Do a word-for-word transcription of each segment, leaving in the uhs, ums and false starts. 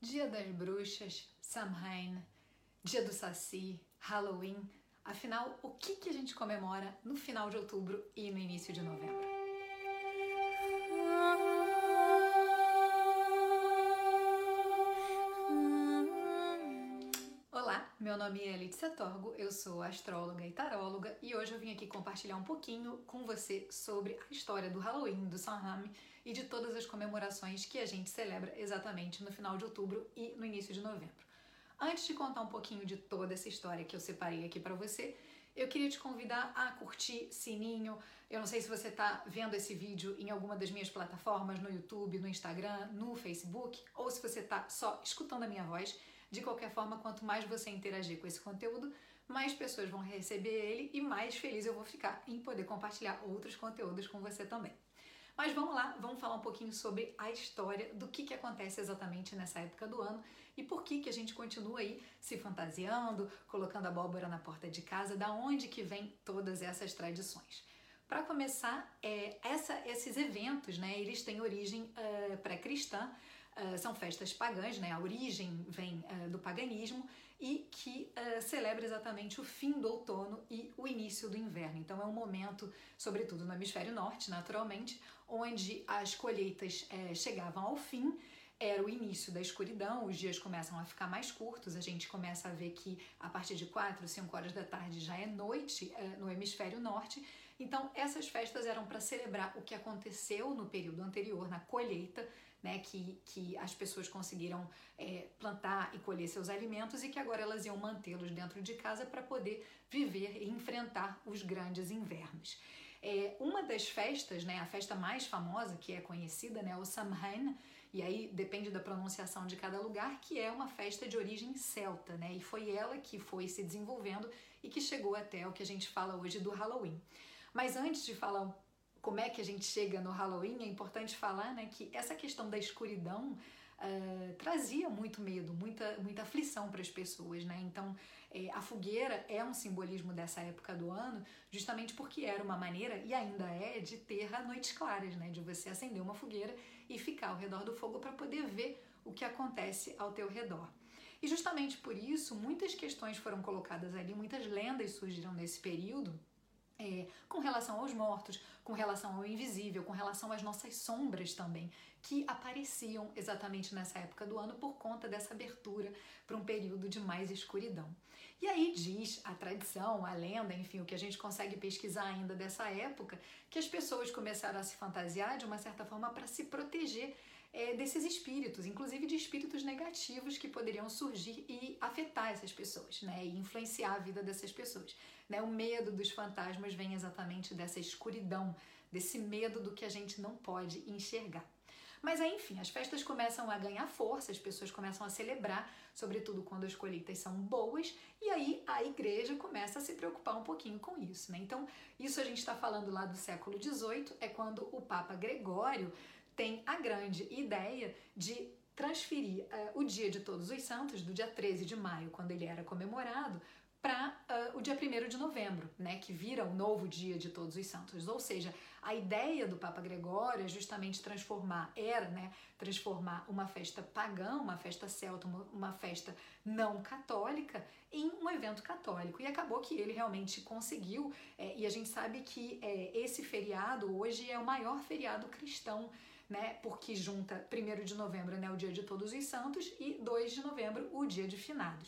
Dia das Bruxas, Samhain, Dia do Saci, Halloween. Afinal, o que, que a gente comemora no final de outubro e no início de novembro? Olá, meu nome é Letícia Torgo, eu sou astróloga e taróloga e hoje eu vim aqui compartilhar um pouquinho com você sobre a história do Halloween, do Samhain e de todas as comemorações que a gente celebra exatamente no final de outubro e no início de novembro. Antes de contar um pouquinho de toda essa história que eu separei aqui para você, eu queria te convidar a curtir, sininho. Eu não sei se você está vendo esse vídeo em alguma das minhas plataformas, no YouTube, no Instagram, no Facebook, ou se você está só escutando a minha voz. De qualquer forma, quanto mais você interagir com esse conteúdo, mais pessoas vão receber ele e mais feliz eu vou ficar em poder compartilhar outros conteúdos com você também. Mas vamos lá, vamos falar um pouquinho sobre a história do que, que acontece exatamente nessa época do ano e por que, que a gente continua aí se fantasiando, colocando abóbora na porta de casa, da onde que vem todas essas tradições. Para começar, é, essa, esses eventos, né, eles têm origem uh, pré-cristã, uh, são festas pagãs, né, a origem vem uh, do paganismo e que uh, celebra exatamente o fim do outono e o início do inverno. Então é um momento, sobretudo no hemisfério norte, naturalmente, onde as colheitas uh, chegavam ao fim. Era o início da escuridão, os dias começam a ficar mais curtos, a gente começa a ver que a partir de quatro, cinco horas da tarde já é noite uh, no hemisfério norte. Então essas festas eram para celebrar o que aconteceu no período anterior, na colheita, né, que, que as pessoas conseguiram é, plantar e colher seus alimentos e que agora elas iam mantê-los dentro de casa para poder viver e enfrentar os grandes invernos. É, uma das festas, né, a festa mais famosa que é conhecida, né, o Samhain, e aí depende da pronunciação de cada lugar, que é uma festa de origem celta, né, e foi ela que foi se desenvolvendo e que chegou até o que a gente fala hoje do Halloween. Mas antes de falar como é que a gente chega no Halloween, é importante falar, né, que essa questão da escuridão uh, trazia muito medo, muita, muita aflição para as pessoas, né? Então é, a fogueira é um simbolismo dessa época do ano, justamente porque era uma maneira, e ainda é, de ter noites claras, né? De você acender uma fogueira e ficar ao redor do fogo para poder ver o que acontece ao teu redor. E justamente por isso, muitas questões foram colocadas ali, muitas lendas surgiram nesse período, É, com relação aos mortos, com relação ao invisível, com relação às nossas sombras também, que apareciam exatamente nessa época do ano por conta dessa abertura para um período de mais escuridão. E aí diz a tradição, a lenda, enfim, o que a gente consegue pesquisar ainda dessa época, que as pessoas começaram a se fantasiar de uma certa forma para se proteger É, desses espíritos, inclusive de espíritos negativos que poderiam surgir e afetar essas pessoas, né, e influenciar a vida dessas pessoas. Né? O medo dos fantasmas vem exatamente dessa escuridão, desse medo do que a gente não pode enxergar. Mas aí, enfim, as festas começam a ganhar força, as pessoas começam a celebrar, sobretudo quando as colheitas são boas, e aí a igreja começa a se preocupar um pouquinho com isso, né? Então, isso a gente está falando lá do século dezoito, é quando o Papa Gregório tem a grande ideia de transferir uh, o dia de Todos os Santos, do dia treze de maio, quando ele era comemorado, para uh, o dia primeiro de novembro, né, que vira o novo dia de Todos os Santos. Ou seja, a ideia do Papa Gregório é justamente transformar, era, né, transformar uma festa pagã, uma festa celta, uma, uma festa não católica, em um evento católico. E acabou que ele realmente conseguiu, é, e a gente sabe que é, esse feriado hoje é o maior feriado cristão, né, porque junta primeiro de novembro, né, o dia de Todos os Santos, e dois de novembro, o dia de Finados.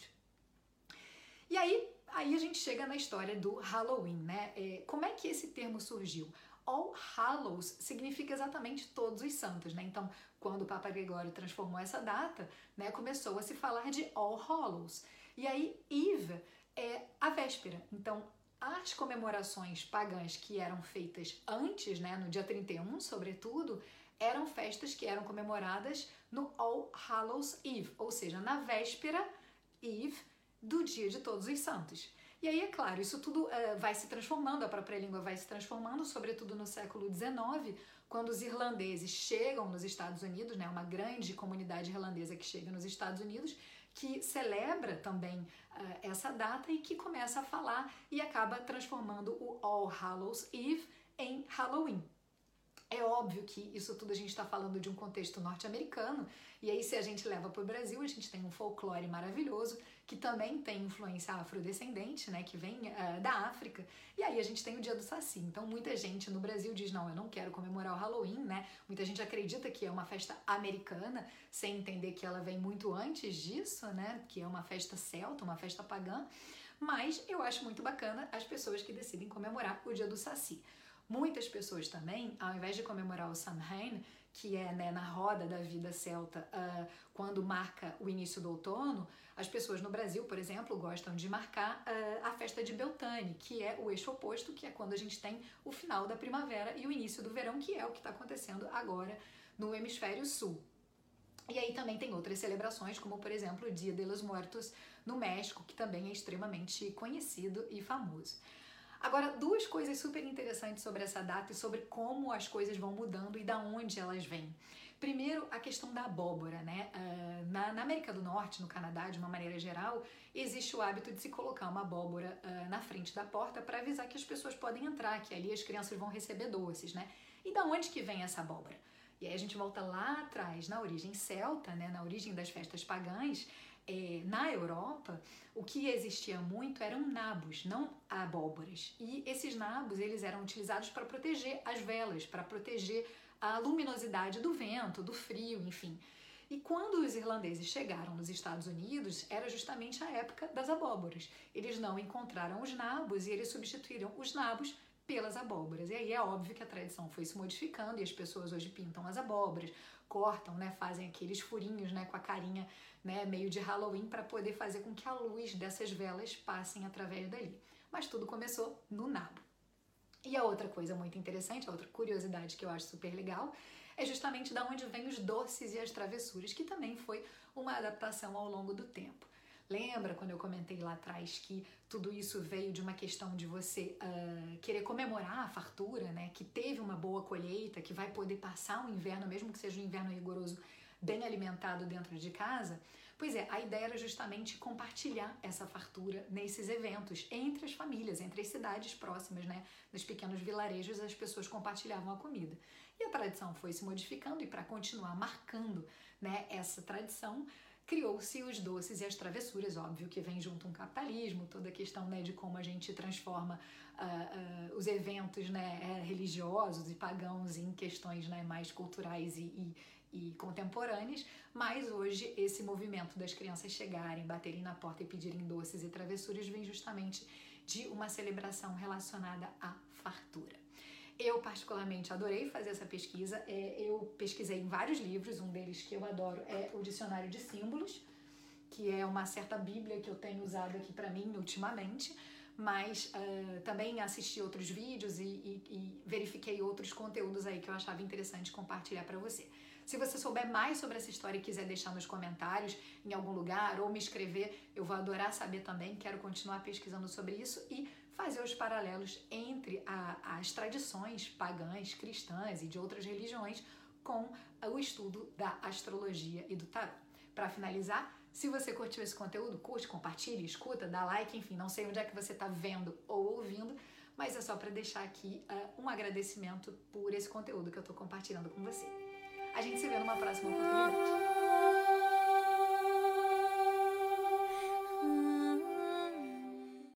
E aí, aí a gente chega na história do Halloween, né? É, como é que esse termo surgiu? All Hallows significa exatamente todos os santos, né? Então, quando o Papa Gregório transformou essa data, né, começou a se falar de All Hallows. E aí, Eve é a véspera. Então, as comemorações pagãs que eram feitas antes, né, no dia trinta e um, sobretudo, eram festas que eram comemoradas no All Hallows Eve, ou seja, na véspera Eve do dia de Todos os Santos. E aí, é claro, isso tudo uh, vai se transformando, a própria língua vai se transformando, sobretudo no século dezenove, quando os irlandeses chegam nos Estados Unidos, né, uma grande comunidade irlandesa que chega nos Estados Unidos, que celebra também uh, essa data e que começa a falar e acaba transformando o All Hallows Eve em Halloween. É óbvio que isso tudo a gente está falando de um contexto norte-americano, e aí se a gente leva para o Brasil, a gente tem um folclore maravilhoso, que também tem influência afrodescendente, né, que vem uh, da África, e aí a gente tem o Dia do Saci. Então muita gente no Brasil diz, não, eu não quero comemorar o Halloween, né, muita gente acredita que é uma festa americana, sem entender que ela vem muito antes disso, né, que é uma festa celta, uma festa pagã, mas eu acho muito bacana as pessoas que decidem comemorar o Dia do Saci. Muitas pessoas também, ao invés de comemorar o Samhain, que é, né, na roda da vida celta, uh, quando marca o início do outono, as pessoas no Brasil, por exemplo, gostam de marcar uh, a festa de Beltane, que é o eixo oposto, que é quando a gente tem o final da primavera e o início do verão, que é o que está acontecendo agora no hemisfério sul. E aí também tem outras celebrações, como por exemplo o Dia de los Muertos no México, que também é extremamente conhecido e famoso. Agora, duas coisas super interessantes sobre essa data e sobre como as coisas vão mudando e da onde elas vêm. Primeiro, a questão da abóbora, né? Uh, na, na América do Norte, no Canadá, de uma maneira geral, existe o hábito de se colocar uma abóbora uh, na frente da porta para avisar que as pessoas podem entrar, que ali as crianças vão receber doces, né? E da onde que vem essa abóbora? E aí a gente volta lá atrás, na origem celta, né? Na origem das festas pagãs. É, na Europa, o que existia muito eram nabos, não abóboras. E esses nabos, eles eram utilizados para proteger as velas, para proteger a luminosidade do vento, do frio, enfim. E quando os irlandeses chegaram nos Estados Unidos, era justamente a época das abóboras. Eles não encontraram os nabos e eles substituíram os nabos pelas abóboras. E aí é óbvio que a tradição foi se modificando e as pessoas hoje pintam as abóboras, cortam, né, fazem aqueles furinhos, né, com a carinha, né, meio de Halloween para poder fazer com que a luz dessas velas passem através dali. Mas tudo começou no nabo. E a outra coisa muito interessante, a outra curiosidade que eu acho super legal, é justamente da onde vêm os doces e as travessuras, que também foi uma adaptação ao longo do tempo. Lembra quando eu comentei lá atrás que tudo isso veio de uma questão de você uh, querer comemorar a fartura, né? Que teve uma boa colheita, que vai poder passar um inverno, mesmo que seja um inverno rigoroso, bem alimentado dentro de casa? Pois é, a ideia era justamente compartilhar essa fartura nesses eventos, entre as famílias, entre as cidades próximas, né? Nos pequenos vilarejos as pessoas compartilhavam a comida. E a tradição foi se modificando e para continuar marcando, né, essa tradição, criou-se os doces e as travessuras, óbvio que vem junto um capitalismo, toda a questão, né, de como a gente transforma uh, uh, os eventos, né, religiosos e pagãos em questões, né, mais culturais e, e, e contemporâneas, mas hoje esse movimento das crianças chegarem, baterem na porta e pedirem doces e travessuras vem justamente de uma celebração relacionada à fartura. Eu particularmente adorei fazer essa pesquisa, é, eu pesquisei em vários livros, um deles que eu adoro é o Dicionário de Símbolos, que é uma certa bíblia que eu tenho usado aqui para mim ultimamente, mas uh, também assisti outros vídeos e, e, e verifiquei outros conteúdos aí que eu achava interessante compartilhar para você. Se você souber mais sobre essa história e quiser deixar nos comentários em algum lugar ou me escrever, eu vou adorar saber também, quero continuar pesquisando sobre isso e fazer os paralelos entre a, as tradições pagãs, cristãs e de outras religiões com o estudo da astrologia e do tarô. Para finalizar, se você curtiu esse conteúdo, curte, compartilhe, escuta, dá like, enfim, não sei onde é que você está vendo ou ouvindo, mas é só para deixar aqui uh, um agradecimento por esse conteúdo que eu estou compartilhando com você. A gente se vê numa próxima oportunidade.